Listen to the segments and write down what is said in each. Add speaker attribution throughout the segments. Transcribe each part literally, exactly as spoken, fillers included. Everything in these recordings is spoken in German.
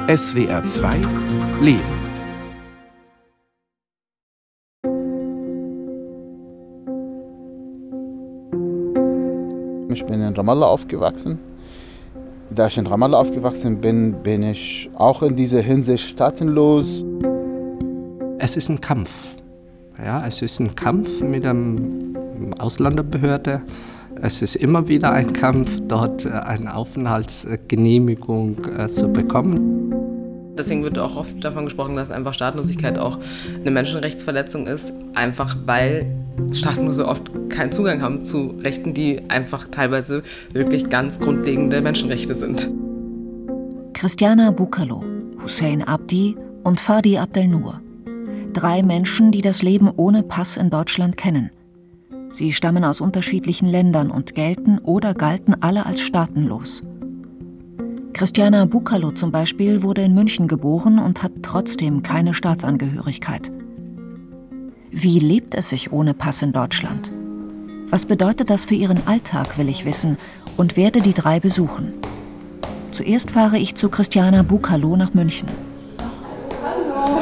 Speaker 1: S W R zwei Leben.
Speaker 2: Ich bin in Ramallah aufgewachsen. Da ich in Ramallah aufgewachsen bin, bin ich auch in dieser Hinsicht staatenlos.
Speaker 3: Es ist ein Kampf. Ja, es ist ein Kampf mit der Ausländerbehörde. Es ist immer wieder ein Kampf, dort eine Aufenthaltsgenehmigung zu bekommen.
Speaker 4: Deswegen wird auch oft davon gesprochen, dass einfach Staatenlosigkeit auch eine Menschenrechtsverletzung ist, einfach weil Staatenlose oft keinen Zugang haben zu Rechten, die einfach teilweise wirklich ganz grundlegende Menschenrechte sind.
Speaker 5: Christiana Bukalo, Hussein Abdi und Fadi Abdelnour. Drei Menschen, die das Leben ohne Pass in Deutschland kennen. Sie stammen aus unterschiedlichen Ländern und gelten oder galten alle als staatenlos. Christiana Bukalo zum Beispiel wurde in München geboren und hat trotzdem keine Staatsangehörigkeit. Wie lebt es sich ohne Pass in Deutschland? Was bedeutet das für ihren Alltag, will ich wissen, und werde die drei besuchen. Zuerst fahre ich zu Christiana Bukalo nach München.
Speaker 4: Hallo.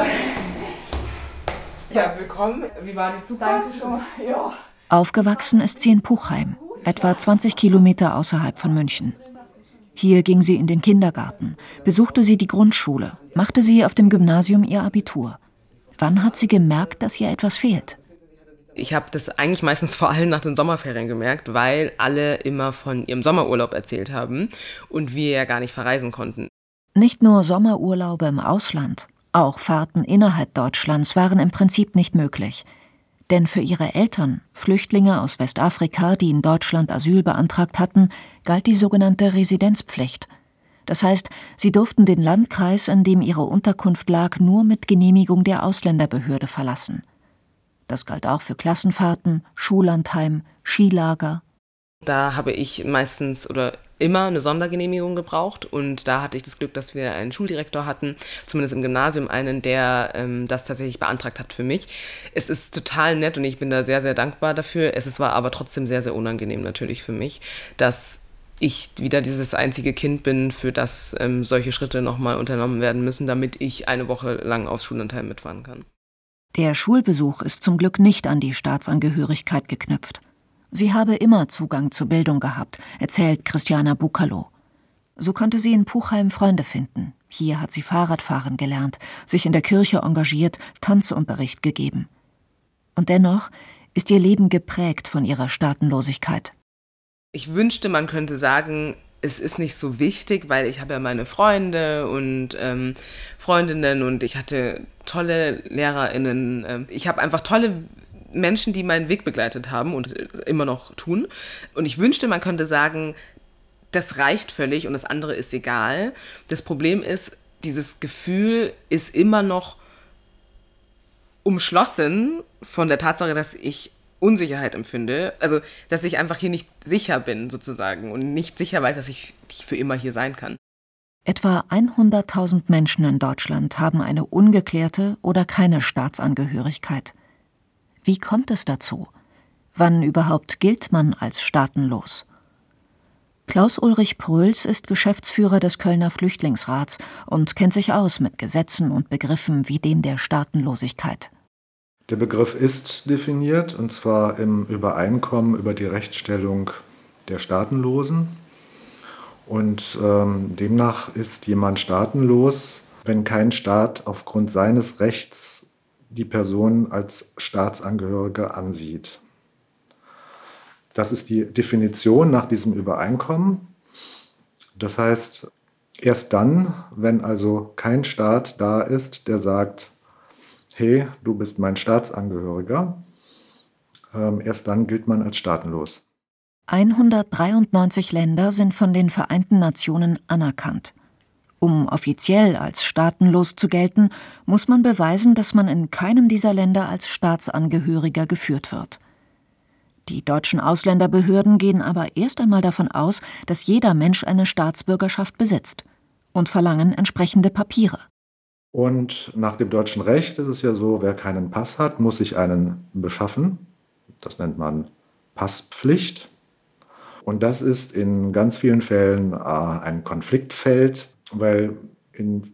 Speaker 4: Ja, willkommen. Wie war die Zugfahrt? Ja.
Speaker 5: Aufgewachsen ist sie in Puchheim, etwa zwanzig Kilometer außerhalb von München. Hier ging sie in den Kindergarten, besuchte sie die Grundschule, machte sie auf dem Gymnasium ihr Abitur. Wann hat sie gemerkt, dass ihr etwas fehlt?
Speaker 4: Ich habe das eigentlich meistens vor allem nach den Sommerferien gemerkt, weil alle immer von ihrem Sommerurlaub erzählt haben und wir ja gar nicht verreisen konnten.
Speaker 5: Nicht nur Sommerurlaube im Ausland, auch Fahrten innerhalb Deutschlands waren im Prinzip nicht möglich. Denn für ihre Eltern, Flüchtlinge aus Westafrika, die in Deutschland Asyl beantragt hatten, galt die sogenannte Residenzpflicht. Das heißt, sie durften den Landkreis, in dem ihre Unterkunft lag, nur mit Genehmigung der Ausländerbehörde verlassen. Das galt auch für Klassenfahrten, Schullandheim, Skilager.
Speaker 4: Da habe ich meistens oder immer eine Sondergenehmigung gebraucht und da hatte ich das Glück, dass wir einen Schuldirektor hatten, zumindest im Gymnasium einen, der ähm, das tatsächlich beantragt hat für mich. Es ist total nett und ich bin da sehr, sehr dankbar dafür. Es ist, war aber trotzdem sehr, sehr unangenehm natürlich für mich, dass ich wieder dieses einzige Kind bin, für das ähm, solche Schritte nochmal unternommen werden müssen, damit ich eine Woche lang aufs Schullandheim mitfahren kann.
Speaker 5: Der Schulbesuch ist zum Glück nicht an die Staatsangehörigkeit geknüpft. Sie habe immer Zugang zur Bildung gehabt, erzählt Christiana Bukalo. So konnte sie in Puchheim Freunde finden. Hier hat sie Fahrradfahren gelernt, sich in der Kirche engagiert, Tanzunterricht gegeben. Und dennoch ist ihr Leben geprägt von ihrer Staatenlosigkeit.
Speaker 4: Ich wünschte, man könnte sagen, es ist nicht so wichtig, weil ich habe ja meine Freunde und ähm, Freundinnen und ich hatte tolle LehrerInnen. Ähm, ich habe einfach tolle Menschen, die meinen Weg begleitet haben und es immer noch tun. Und ich wünschte, man könnte sagen, das reicht völlig und das andere ist egal. Das Problem ist, dieses Gefühl ist immer noch umschlossen von der Tatsache, dass ich Unsicherheit empfinde. Also, dass ich einfach hier nicht sicher bin, sozusagen, und nicht sicher weiß, dass ich für immer hier sein kann.
Speaker 5: Etwa hunderttausend Menschen in Deutschland haben eine ungeklärte oder keine Staatsangehörigkeit. Wie kommt es dazu? Wann überhaupt gilt man als staatenlos? Klaus-Ulrich Pröls ist Geschäftsführer des Kölner Flüchtlingsrats und kennt sich aus mit Gesetzen und Begriffen wie dem der Staatenlosigkeit.
Speaker 6: Der Begriff ist definiert, und zwar im Übereinkommen über die Rechtsstellung der Staatenlosen. Und ähm, demnach ist jemand staatenlos, wenn kein Staat aufgrund seines Rechts die Person als Staatsangehörige ansieht. Das ist die Definition nach diesem Übereinkommen. Das heißt, erst dann, wenn also kein Staat da ist, der sagt, hey, du bist mein Staatsangehöriger, ähm, erst dann gilt man als staatenlos.
Speaker 5: hundertdreiundneunzig Länder sind von den Vereinten Nationen anerkannt. Um offiziell als staatenlos zu gelten, muss man beweisen, dass man in keinem dieser Länder als Staatsangehöriger geführt wird. Die deutschen Ausländerbehörden gehen aber erst einmal davon aus, dass jeder Mensch eine Staatsbürgerschaft besitzt und verlangen entsprechende Papiere.
Speaker 6: Und nach dem deutschen Recht ist es ja so, wer keinen Pass hat, muss sich einen beschaffen. Das nennt man Passpflicht. Und das ist in ganz vielen Fällen äh, ein Konfliktfeld, weil in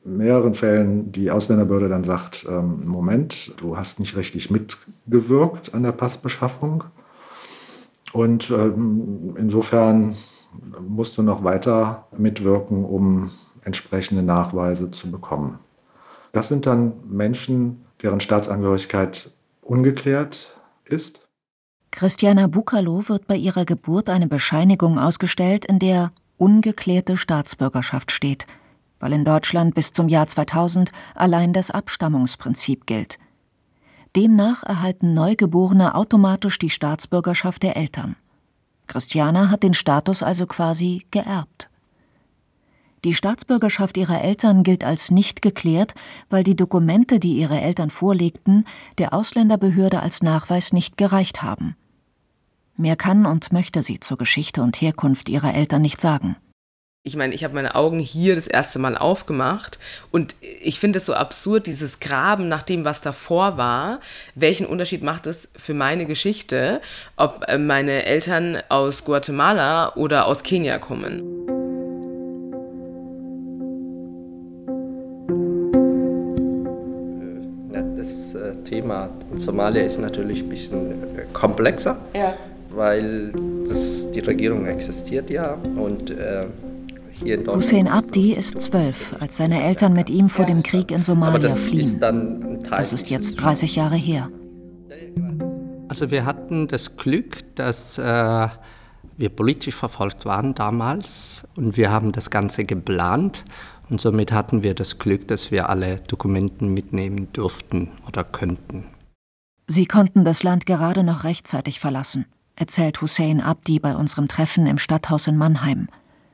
Speaker 6: mehreren Fällen die Ausländerbehörde dann sagt, ähm, Moment, du hast nicht richtig mitgewirkt an der Passbeschaffung. Und ähm, insofern musst du noch weiter mitwirken, um entsprechende Nachweise zu bekommen. Das sind dann Menschen, deren Staatsangehörigkeit ungeklärt ist.
Speaker 5: Christiana Bucalo wird bei ihrer Geburt eine Bescheinigung ausgestellt, in der ungeklärte Staatsbürgerschaft steht, weil in Deutschland bis zum Jahr zweitausend allein das Abstammungsprinzip gilt. Demnach erhalten Neugeborene automatisch die Staatsbürgerschaft der Eltern. Christiana hat den Status also quasi geerbt. Die Staatsbürgerschaft ihrer Eltern gilt als nicht geklärt, weil die Dokumente, die ihre Eltern vorlegten, der Ausländerbehörde als Nachweis nicht gereicht haben. Mehr kann und möchte sie zur Geschichte und Herkunft ihrer Eltern nicht sagen.
Speaker 4: Ich meine, ich habe meine Augen hier das erste Mal aufgemacht und ich finde es so absurd, dieses Graben nach dem, was davor war. Welchen Unterschied macht es für meine Geschichte, ob meine Eltern aus Guatemala oder aus Kenia kommen?
Speaker 3: Das Thema in Somalia ist natürlich ein bisschen komplexer, ja. weil das, die Regierung existiert ja und äh,
Speaker 5: Hussein Abdi ist zwölf, als seine Eltern mit ihm vor dem Krieg in Somalia
Speaker 3: das
Speaker 5: fliehen.
Speaker 3: Ist dann
Speaker 5: das ist jetzt dreißig Jahre her.
Speaker 3: Also wir hatten das Glück, dass äh, wir politisch verfolgt waren damals und wir haben das Ganze geplant und somit hatten wir das Glück, dass wir alle Dokumente mitnehmen durften oder könnten.
Speaker 5: Sie konnten das Land gerade noch rechtzeitig verlassen, erzählt Hussein Abdi bei unserem Treffen im Stadthaus in Mannheim.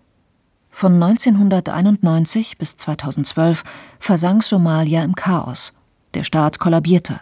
Speaker 5: Von neunzehnhunderteinundneunzig bis zweitausendzwölf versank Somalia im Chaos. Der Staat kollabierte.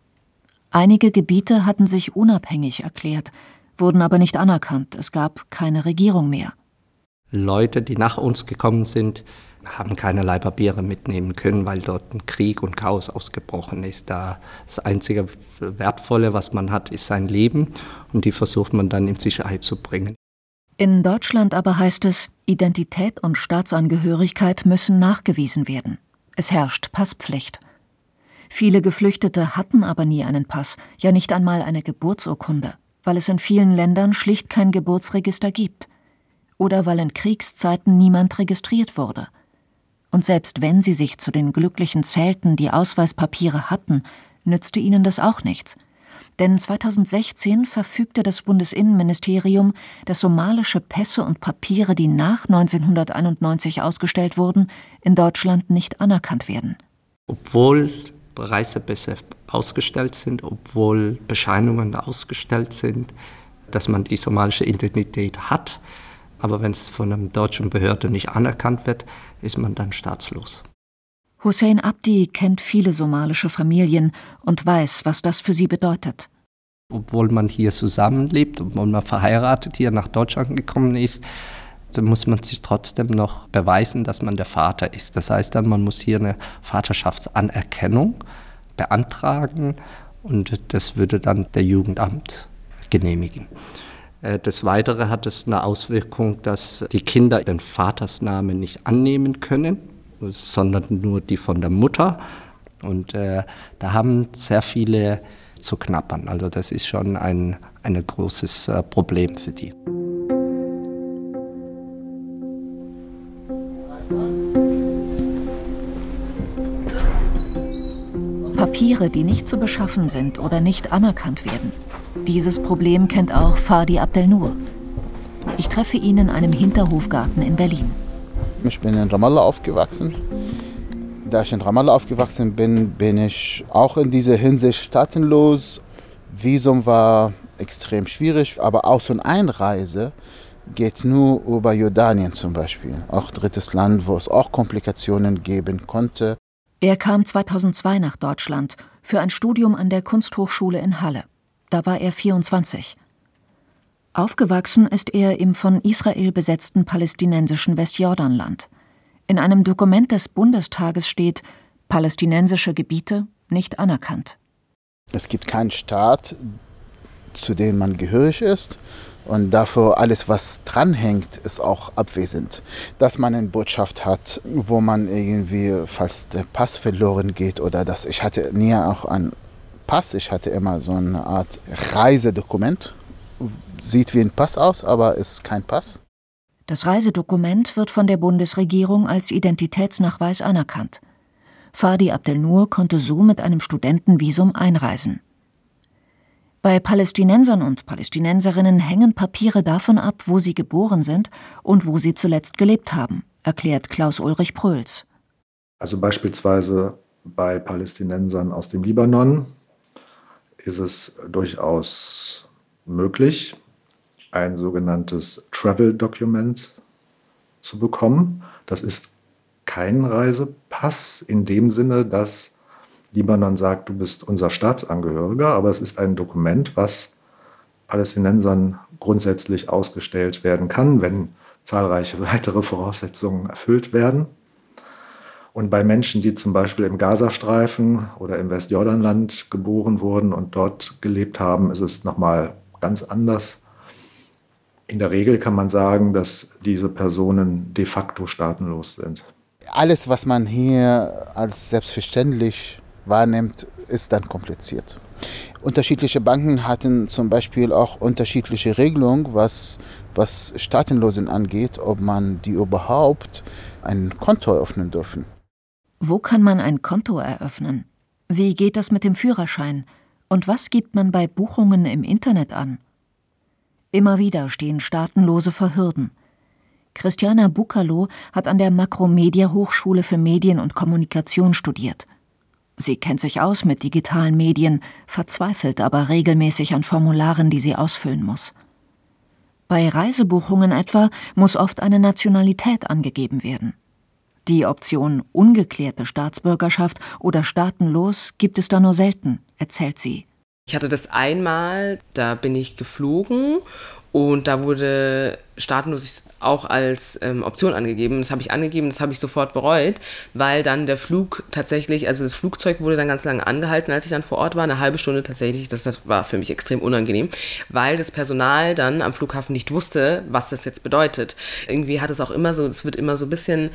Speaker 5: Einige Gebiete hatten sich unabhängig erklärt, wurden aber nicht anerkannt. Es gab keine Regierung mehr.
Speaker 3: Leute, die nach uns gekommen sind, haben keinerlei Papiere mitnehmen können, weil dort ein Krieg und Chaos ausgebrochen ist. Da das einzige Wertvolle, was man hat, ist sein Leben und die versucht man dann in Sicherheit zu bringen.
Speaker 5: In Deutschland aber heißt es, Identität und Staatsangehörigkeit müssen nachgewiesen werden. Es herrscht Passpflicht. Viele Geflüchtete hatten aber nie einen Pass, ja nicht einmal eine Geburtsurkunde, weil es in vielen Ländern schlicht kein Geburtsregister gibt. Oder weil in Kriegszeiten niemand registriert wurde. Und selbst wenn sie sich zu den Glücklichen zählten, die Ausweispapiere hatten, nützte ihnen das auch nichts. Denn zweitausendsechzehn verfügte das Bundesinnenministerium, dass somalische Pässe und Papiere, die nach neunzehnhunderteinundneunzig ausgestellt wurden, in Deutschland nicht anerkannt werden.
Speaker 3: Obwohl Reisepässe ausgestellt sind, obwohl Bescheinigungen ausgestellt sind, dass man die somalische Identität hat, aber wenn es von einer deutschen Behörde nicht anerkannt wird, ist man dann staatslos.
Speaker 5: Hussein Abdi kennt viele somalische Familien und weiß, was das für sie bedeutet.
Speaker 3: Obwohl man hier zusammenlebt, obwohl man verheiratet hier nach Deutschland gekommen ist, dann muss man sich trotzdem noch beweisen, dass man der Vater ist. Das heißt dann, man muss hier eine Vaterschaftsanerkennung beantragen und das würde dann der Jugendamt genehmigen. Des Weiteren hat es eine Auswirkung, dass die Kinder den Vatersnamen nicht annehmen können, sondern nur die von der Mutter. Und äh, da haben sehr viele zu knabbern. Also das ist schon ein, ein großes äh, Problem für die.
Speaker 5: Papiere, die nicht zu beschaffen sind oder nicht anerkannt werden. Dieses Problem kennt auch Fadi Abdelnour. Ich treffe ihn in einem Hinterhofgarten in Berlin.
Speaker 2: Ich bin in Ramallah aufgewachsen. Da ich in Ramallah aufgewachsen bin, bin ich auch in dieser Hinsicht staatenlos. Visum war extrem schwierig, aber Aus- und Einreise geht nur über Jordanien zum Beispiel. Auch drittes Land, wo es auch Komplikationen geben konnte.
Speaker 5: Er kam zweitausendzwei nach Deutschland für ein Studium an der Kunsthochschule in Halle. Da war er vierundzwanzig. Aufgewachsen ist er im von Israel besetzten palästinensischen Westjordanland. In einem Dokument des Bundestages steht, palästinensische Gebiete nicht anerkannt.
Speaker 2: Es gibt keinen Staat, zu dem man gehörig ist. Und dafür alles, was dranhängt, ist auch abwesend. Dass man eine Botschaft hat, wo man irgendwie, falls der Pass verloren geht oder das, ich hatte nie auch einen Pass, ich hatte immer so eine Art Reisedokument. Sieht wie ein Pass aus, aber ist kein Pass.
Speaker 5: Das Reisedokument wird von der Bundesregierung als Identitätsnachweis anerkannt. Fadi Abdelnour konnte so mit einem Studentenvisum einreisen. Bei Palästinensern und Palästinenserinnen hängen Papiere davon ab, wo sie geboren sind und wo sie zuletzt gelebt haben, erklärt Klaus-Ulrich Pröls.
Speaker 6: Also beispielsweise bei Palästinensern aus dem Libanon ist es durchaus möglich, ein sogenanntes Travel Document zu bekommen. Das ist kein Reisepass in dem Sinne, dass Libanon sagt, du bist unser Staatsangehöriger, aber es ist ein Dokument, was Palästinensern grundsätzlich ausgestellt werden kann, wenn zahlreiche weitere Voraussetzungen erfüllt werden. Und bei Menschen, die zum Beispiel im Gazastreifen oder im Westjordanland geboren wurden und dort gelebt haben, ist es nochmal ganz anders. In der Regel kann man sagen, dass diese Personen de facto staatenlos sind.
Speaker 2: Alles, was man hier als selbstverständlich wahrnimmt, ist dann kompliziert. Unterschiedliche Banken hatten zum Beispiel auch unterschiedliche Regelungen, was, was Staatenlosen angeht, ob man die überhaupt ein Konto eröffnen dürfen.
Speaker 5: Wo kann man ein Konto eröffnen? Wie geht das mit dem Führerschein? Und was gibt man bei Buchungen im Internet an? Immer wieder stehen Staatenlose vor Hürden. Christiana Bucalo hat an der Makromedia-Hochschule für Medien und Kommunikation studiert. Sie kennt sich aus mit digitalen Medien, verzweifelt aber regelmäßig an Formularen, die sie ausfüllen muss. Bei Reisebuchungen etwa muss oft eine Nationalität angegeben werden. Die Option ungeklärte Staatsbürgerschaft oder staatenlos gibt es da nur selten, erzählt sie.
Speaker 4: Ich hatte das einmal, da bin ich geflogen und da wurde staatenlos auch als ähm, Option angegeben. Das habe ich angegeben, das habe ich sofort bereut, weil dann der Flug tatsächlich, also das Flugzeug wurde dann ganz lange angehalten, als ich dann vor Ort war, eine halbe Stunde tatsächlich. Das, das war für mich extrem unangenehm, weil das Personal dann am Flughafen nicht wusste, was das jetzt bedeutet. Irgendwie hat es auch immer so, es wird immer so ein bisschen,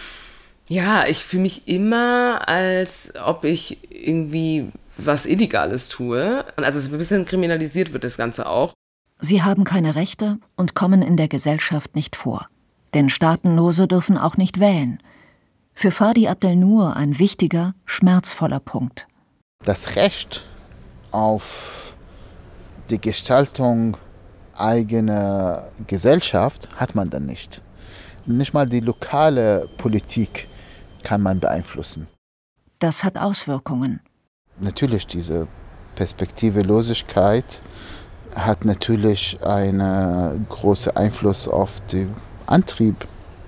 Speaker 4: ja, ich fühle mich immer, als ob ich irgendwie was Illegales tue. Also es ist ein bisschen kriminalisiert wird das Ganze auch.
Speaker 5: Sie haben keine Rechte und kommen in der Gesellschaft nicht vor. Denn Staatenlose dürfen auch nicht wählen. Für Fadi Abdelnour ein wichtiger, schmerzvoller Punkt.
Speaker 2: Das Recht auf die Gestaltung eigener Gesellschaft hat man dann nicht. Nicht mal die lokale Politik kann man beeinflussen.
Speaker 5: Das hat Auswirkungen.
Speaker 2: Natürlich, diese Perspektivelosigkeit hat natürlich einen großen Einfluss auf den Antrieb.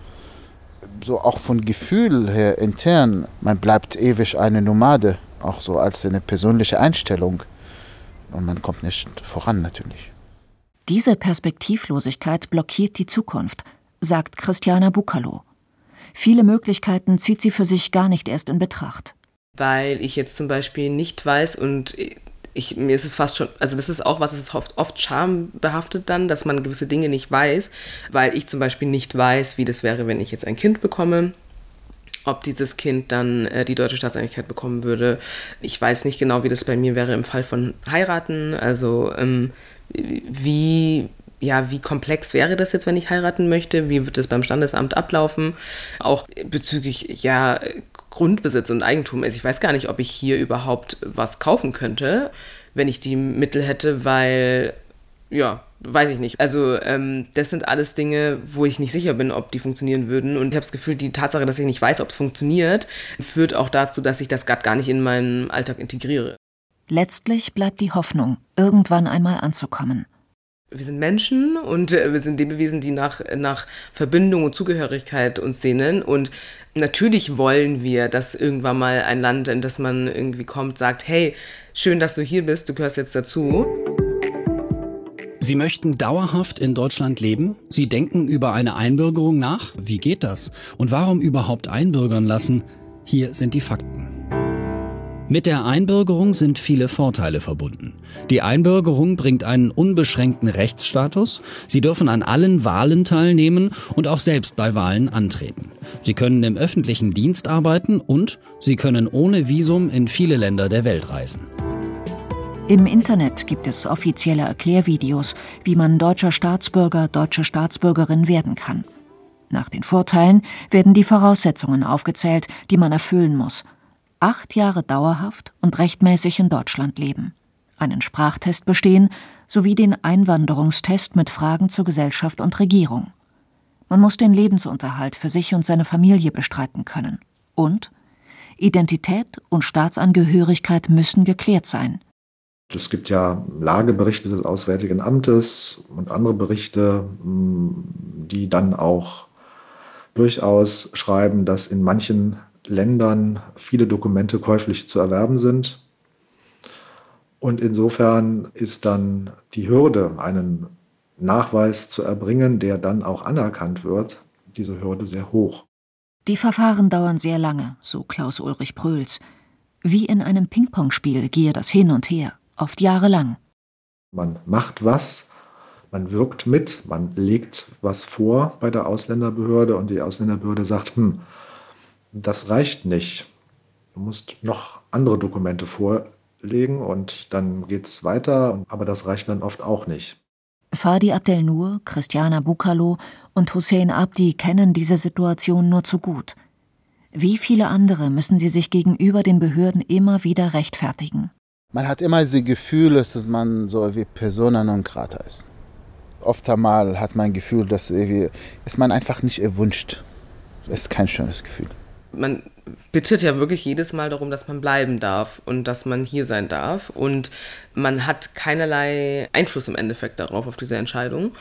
Speaker 2: So auch von Gefühl her intern, man bleibt ewig eine Nomade, auch so als eine persönliche Einstellung. Und man kommt nicht voran natürlich.
Speaker 5: Diese Perspektivlosigkeit blockiert die Zukunft, sagt Christiana Bucalo. Viele Möglichkeiten zieht sie für sich gar nicht erst in Betracht.
Speaker 4: Weil ich jetzt zum Beispiel nicht weiß und ich, mir ist es fast schon, also das ist auch was, es ist oft, oft schambehaftet dann, dass man gewisse Dinge nicht weiß, weil ich zum Beispiel nicht weiß, wie das wäre, wenn ich jetzt ein Kind bekomme, ob dieses Kind dann äh, die deutsche Staatsangehörigkeit bekommen würde. Ich weiß nicht genau, wie das bei mir wäre im Fall von Heiraten, also ähm, wie... Ja, wie komplex wäre das jetzt, wenn ich heiraten möchte? Wie wird das beim Standesamt ablaufen? Auch bezüglich ja, Grundbesitz und Eigentum. Also ich weiß gar nicht, ob ich hier überhaupt was kaufen könnte, wenn ich die Mittel hätte, weil, ja, weiß ich nicht. Also ähm, das sind alles Dinge, wo ich nicht sicher bin, ob die funktionieren würden. Und ich habe das Gefühl, die Tatsache, dass ich nicht weiß, ob es funktioniert, führt auch dazu, dass ich das gerade gar nicht in meinen Alltag integriere.
Speaker 5: Letztlich bleibt die Hoffnung, irgendwann einmal anzukommen.
Speaker 4: Wir sind Menschen und wir sind Lebewesen, die nach, nach Verbindung und Zugehörigkeit uns sehnen. Und natürlich wollen wir, dass irgendwann mal ein Land, in das man irgendwie kommt, sagt, hey, schön, dass du hier bist, du gehörst jetzt dazu.
Speaker 7: Sie möchten dauerhaft in Deutschland leben? Sie denken über eine Einbürgerung nach? Wie geht das? Und warum überhaupt einbürgern lassen? Hier sind die Fakten. Mit der Einbürgerung sind viele Vorteile verbunden. Die Einbürgerung bringt einen unbeschränkten Rechtsstatus. Sie dürfen an allen Wahlen teilnehmen und auch selbst bei Wahlen antreten. Sie können im öffentlichen Dienst arbeiten und sie können ohne Visum in viele Länder der Welt reisen.
Speaker 5: Im Internet gibt es offizielle Erklärvideos, wie man deutscher Staatsbürger, deutsche Staatsbürgerin werden kann. Nach den Vorteilen werden die Voraussetzungen aufgezählt, die man erfüllen muss. Acht Jahre dauerhaft und rechtmäßig in Deutschland leben, einen Sprachtest bestehen sowie den Einwanderungstest mit Fragen zur Gesellschaft und Regierung. Man muss den Lebensunterhalt für sich und seine Familie bestreiten können. Und Identität und Staatsangehörigkeit müssen geklärt sein.
Speaker 6: Es gibt ja Lageberichte des Auswärtigen Amtes und andere Berichte, die dann auch durchaus schreiben, dass in manchen Ländern viele Dokumente käuflich zu erwerben sind. Und insofern ist dann die Hürde, einen Nachweis zu erbringen, der dann auch anerkannt wird, diese Hürde sehr hoch.
Speaker 5: Die Verfahren dauern sehr lange, so Klaus-Ulrich Pröls. Wie in einem Ping-Pong-Spiel gehe das hin und her, oft jahrelang.
Speaker 6: Man macht was, man wirkt mit, man legt was vor bei der Ausländerbehörde und die Ausländerbehörde sagt, hm, das reicht nicht. Du musst noch andere Dokumente vorlegen und dann geht's weiter, aber das reicht dann oft auch nicht.
Speaker 5: Fadi Abdelnour, Christiana Bucalo und Hussein Abdi kennen diese Situation nur zu gut. Wie viele andere müssen sie sich gegenüber den Behörden immer wieder rechtfertigen.
Speaker 2: Man hat immer das Gefühl, dass man so wie Persona non grata ist. Oft einmal hat man ein Gefühl, dass ist man einfach nicht erwünscht. Das ist kein schönes Gefühl.
Speaker 4: Man bittet ja wirklich jedes Mal darum, dass man bleiben darf und dass man hier sein darf. Und man hat keinerlei Einfluss im Endeffekt darauf, auf diese Entscheidung.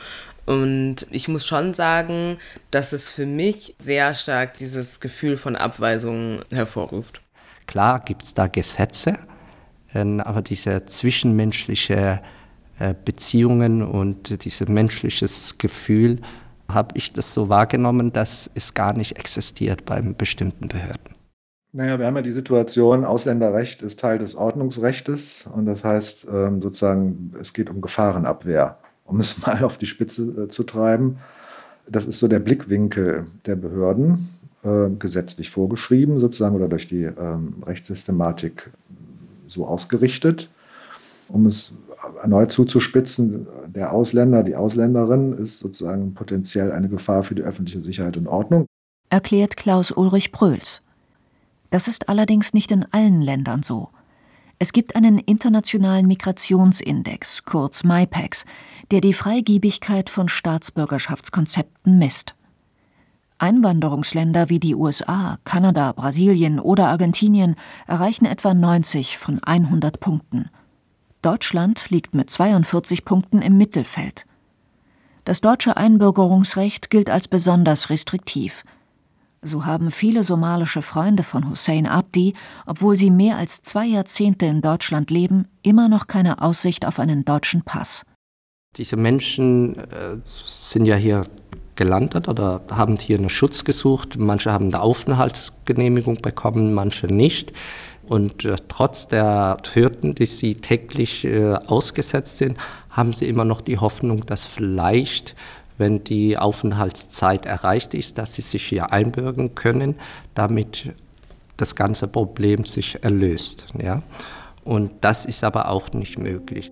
Speaker 4: Und ich muss schon sagen, dass es für mich sehr stark dieses Gefühl von Abweisung hervorruft.
Speaker 3: Klar gibt es da Gesetze, aber diese zwischenmenschliche Beziehungen und dieses menschliches Gefühl, habe ich das so wahrgenommen, dass es gar nicht existiert bei bestimmten Behörden.
Speaker 6: Naja, wir haben ja die Situation, Ausländerrecht ist Teil des Ordnungsrechtes und das heißt sozusagen, es geht um Gefahrenabwehr, um es mal auf die Spitze zu treiben. Das ist so der Blickwinkel der Behörden, äh, gesetzlich vorgeschrieben sozusagen oder durch die ähm, Rechtssystematik so ausgerichtet. Um es erneut zuzuspitzen, der Ausländer, die Ausländerin ist sozusagen potenziell eine Gefahr für die öffentliche Sicherheit und Ordnung.
Speaker 5: Erklärt Klaus-Ulrich Pröls. Das ist allerdings nicht in allen Ländern so. Es gibt einen internationalen Migrationsindex, kurz MIPEX, der die Freigebigkeit von Staatsbürgerschaftskonzepten misst. Einwanderungsländer wie die U S A, Kanada, Brasilien oder Argentinien erreichen etwa neunzig von hundert Punkten. Deutschland liegt mit zweiundvierzig Punkten im Mittelfeld. Das deutsche Einbürgerungsrecht gilt als besonders restriktiv. So haben viele somalische Freunde von Hussein Abdi, obwohl sie mehr als zwei Jahrzehnte in Deutschland leben, immer noch keine Aussicht auf einen deutschen Pass.
Speaker 3: Diese Menschen äh, sind ja hier gelandet oder haben hier einen Schutz gesucht. Manche haben eine Aufenthaltsgenehmigung bekommen, manche nicht. Und äh, trotz der Hürden, die sie täglich äh, ausgesetzt sind, haben sie immer noch die Hoffnung, dass vielleicht, wenn die Aufenthaltszeit erreicht ist, dass sie sich hier einbürgern können, damit das ganze Problem sich erlöst. Ja? Und das ist aber auch nicht möglich.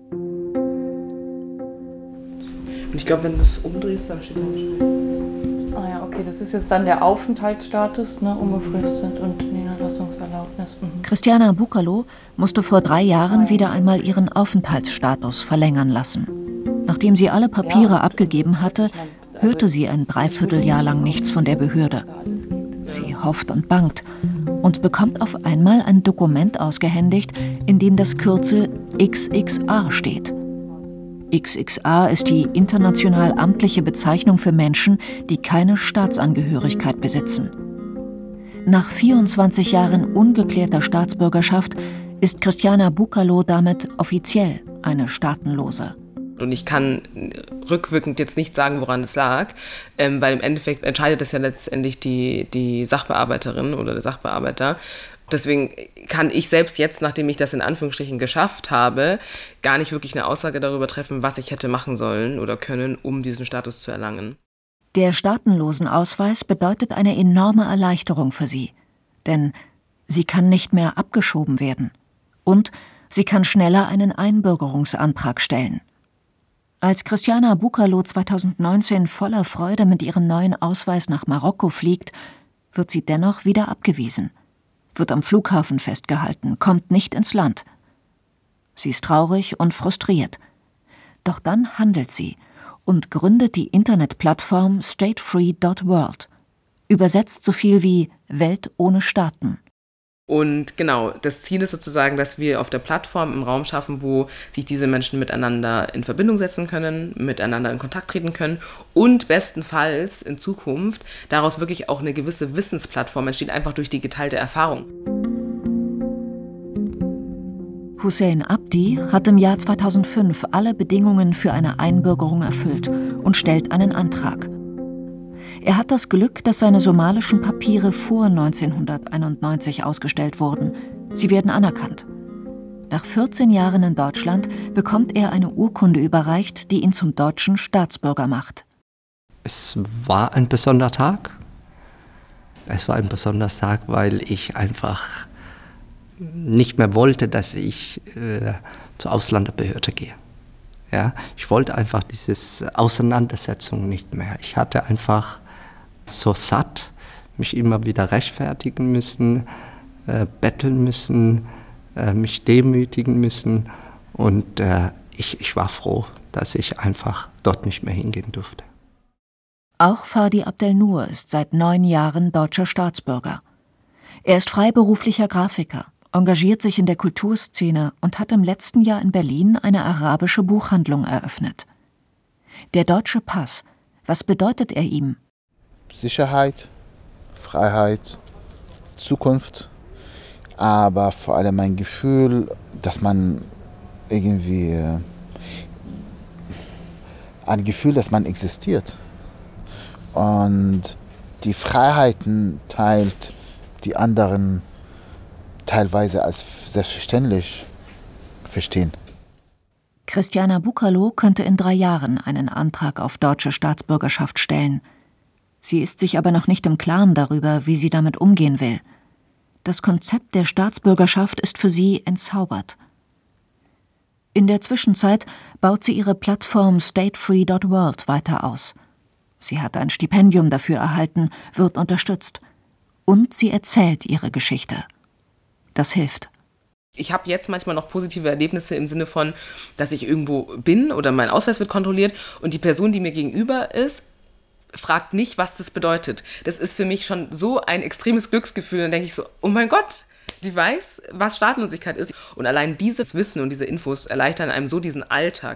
Speaker 4: Und ich glaube, wenn du es umdrehst, dann steht da schon.
Speaker 8: Ah ja, okay, das ist jetzt dann der Aufenthaltsstatus, ne, unbefristet und Niederlassungserlaubnis. Mhm.
Speaker 5: Christiana Bucalo musste vor drei Jahren wieder einmal ihren Aufenthaltsstatus verlängern lassen. Nachdem sie alle Papiere abgegeben hatte, hörte sie ein Dreivierteljahr lang nichts von der Behörde. Sie hofft und bangt und bekommt auf einmal ein Dokument ausgehändigt, in dem das Kürzel X X A steht. X X A ist die international amtliche Bezeichnung für Menschen, die keine Staatsangehörigkeit besitzen. Nach vierundzwanzig Jahren ungeklärter Staatsbürgerschaft ist Christiana Bucalo damit offiziell eine Staatenlose.
Speaker 4: Und ich kann rückwirkend jetzt nicht sagen, woran es lag, ähm, weil im Endeffekt entscheidet das ja letztendlich die, die Sachbearbeiterin oder der Sachbearbeiter. Deswegen kann ich selbst jetzt, nachdem ich das in Anführungsstrichen geschafft habe, gar nicht wirklich eine Aussage darüber treffen, was ich hätte machen sollen oder können, um diesen Status zu erlangen.
Speaker 5: Der Staatenlosenausweis bedeutet eine enorme Erleichterung für sie, denn sie kann nicht mehr abgeschoben werden und sie kann schneller einen Einbürgerungsantrag stellen. Als Christiana Bucalo zweitausendneunzehn voller Freude mit ihrem neuen Ausweis nach Marokko fliegt, wird sie dennoch wieder abgewiesen, wird am Flughafen festgehalten, kommt nicht ins Land. Sie ist traurig und frustriert. Doch dann handelt sie und gründet die Internetplattform statefree dot world, übersetzt so viel wie Welt ohne Staaten.
Speaker 4: Und genau, das Ziel ist sozusagen, dass wir auf der Plattform einen Raum schaffen, wo sich diese Menschen miteinander in Verbindung setzen können, miteinander in Kontakt treten können und bestenfalls in Zukunft daraus wirklich auch eine gewisse Wissensplattform entsteht, einfach durch die geteilte Erfahrung.
Speaker 5: Hussein Abdi hat im Jahr zweitausendfünf alle Bedingungen für eine Einbürgerung erfüllt und stellt einen Antrag. Er hat das Glück, dass seine somalischen Papiere vor neunzehnhunderteinundneunzig ausgestellt wurden. Sie werden anerkannt. Nach vierzehn Jahren in Deutschland bekommt er eine Urkunde überreicht, die ihn zum deutschen Staatsbürger macht.
Speaker 3: Es war ein besonderer Tag. Es war ein besonderer Tag, weil ich einfach nicht mehr wollte, dass ich äh, zur Ausländerbehörde gehe. Ja, ich wollte einfach diese Auseinandersetzung nicht mehr. Ich hatte einfach so satt, mich immer wieder rechtfertigen müssen, äh, betteln müssen, äh, mich demütigen müssen. Und äh, ich, ich war froh, dass ich einfach dort nicht mehr hingehen durfte.
Speaker 5: Auch Fadi Abdelnour ist seit neun Jahren deutscher Staatsbürger. Er ist freiberuflicher Grafiker, engagiert sich in der Kulturszene und hat im letzten Jahr in Berlin eine arabische Buchhandlung eröffnet. Der deutsche Pass, was bedeutet er ihm?
Speaker 2: Sicherheit, Freiheit, Zukunft, aber vor allem ein Gefühl, dass man irgendwie, ein Gefühl, dass man existiert und die Freiheiten teilt, die anderen teilweise als selbstverständlich verstehen.
Speaker 5: Christiana Bucalo könnte in drei Jahren einen Antrag auf deutsche Staatsbürgerschaft stellen. Sie ist sich aber noch nicht im Klaren darüber, wie sie damit umgehen will. Das Konzept der Staatsbürgerschaft ist für sie entzaubert. In der Zwischenzeit baut sie ihre Plattform statefree dot world weiter aus. Sie hat ein Stipendium dafür erhalten, wird unterstützt. Und sie erzählt ihre Geschichte. Das hilft.
Speaker 4: Ich habe jetzt manchmal noch positive Erlebnisse im Sinne von, dass ich irgendwo bin oder mein Ausweis wird kontrolliert und die Person, die mir gegenüber ist, fragt nicht, was das bedeutet. Das ist für mich schon so ein extremes Glücksgefühl. Dann denke ich so, oh mein Gott, die weiß, was Staatenlosigkeit ist. Und allein dieses Wissen und diese Infos erleichtern einem so diesen Alltag.